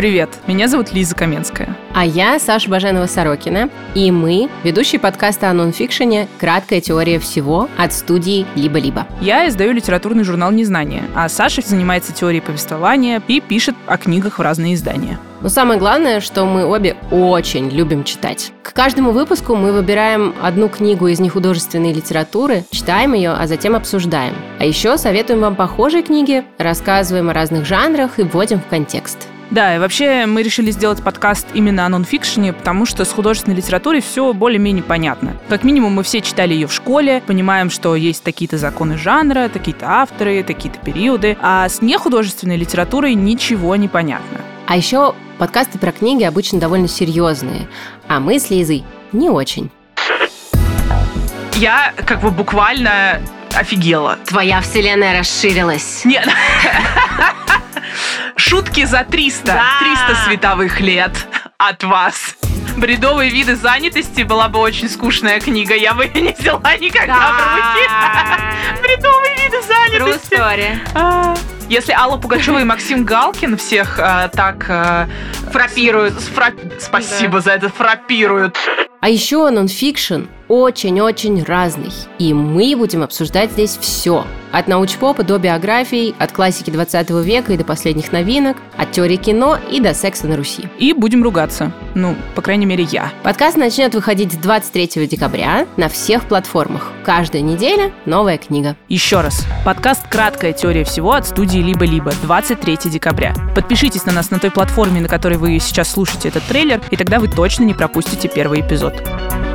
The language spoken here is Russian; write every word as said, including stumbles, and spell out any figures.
Привет, меня зовут Лиза Каменская. А я Саша Баженова-Сорокина, и мы ведущие подкаста о нонфикшене «Краткая теория всего» от студии «Либо-либо». Я издаю литературный журнал «Незнание», а Саша занимается теорией повествования и пишет о книгах в разные издания. Но самое главное, что мы обе очень любим читать. К каждому выпуску мы выбираем одну книгу из нехудожественной литературы, читаем ее, а затем обсуждаем. А еще советуем вам похожие книги, рассказываем о разных жанрах и вводим в контекст. Да, и вообще мы решили сделать подкаст именно о нонфикшене, потому что с художественной литературой все более-менее понятно. Как минимум мы все читали ее в школе, понимаем, что есть такие-то законы жанра, такие-то авторы, такие-то периоды, а с нехудожественной литературой ничего не понятно. А еще подкасты про книги обычно довольно серьезные, а мы с Лизой не очень. Я как бы буквально офигела. Твоя вселенная расширилась. Нет. Шутки за триста, да. триста световых лет от вас. «Бредовые виды занятости» была бы очень скучная книга. Я бы ее не взяла никогда да. в руки. «Бредовые виды занятости». True story. Если Алла Пугачева и Максим Галкин всех а, так а, фрапируют. Фра... Спасибо да. за это, фрапируют. А еще нонфикшн очень-очень разный. И мы будем обсуждать здесь все. От научпопа до биографий, от классики двадцатого века и до последних новинок, от теории кино и до секса на Руси. И будем ругаться. Ну, по крайней мере, я. Подкаст начнет выходить с двадцать третьего декабря на всех платформах. Каждая неделя новая книга. Еще раз. Подкаст «Краткая теория всего» от студии «Либо-либо» двадцать третьего декабря. Подпишитесь на нас на той платформе, на которой вы сейчас слушаете этот трейлер, и тогда вы точно не пропустите первый эпизод.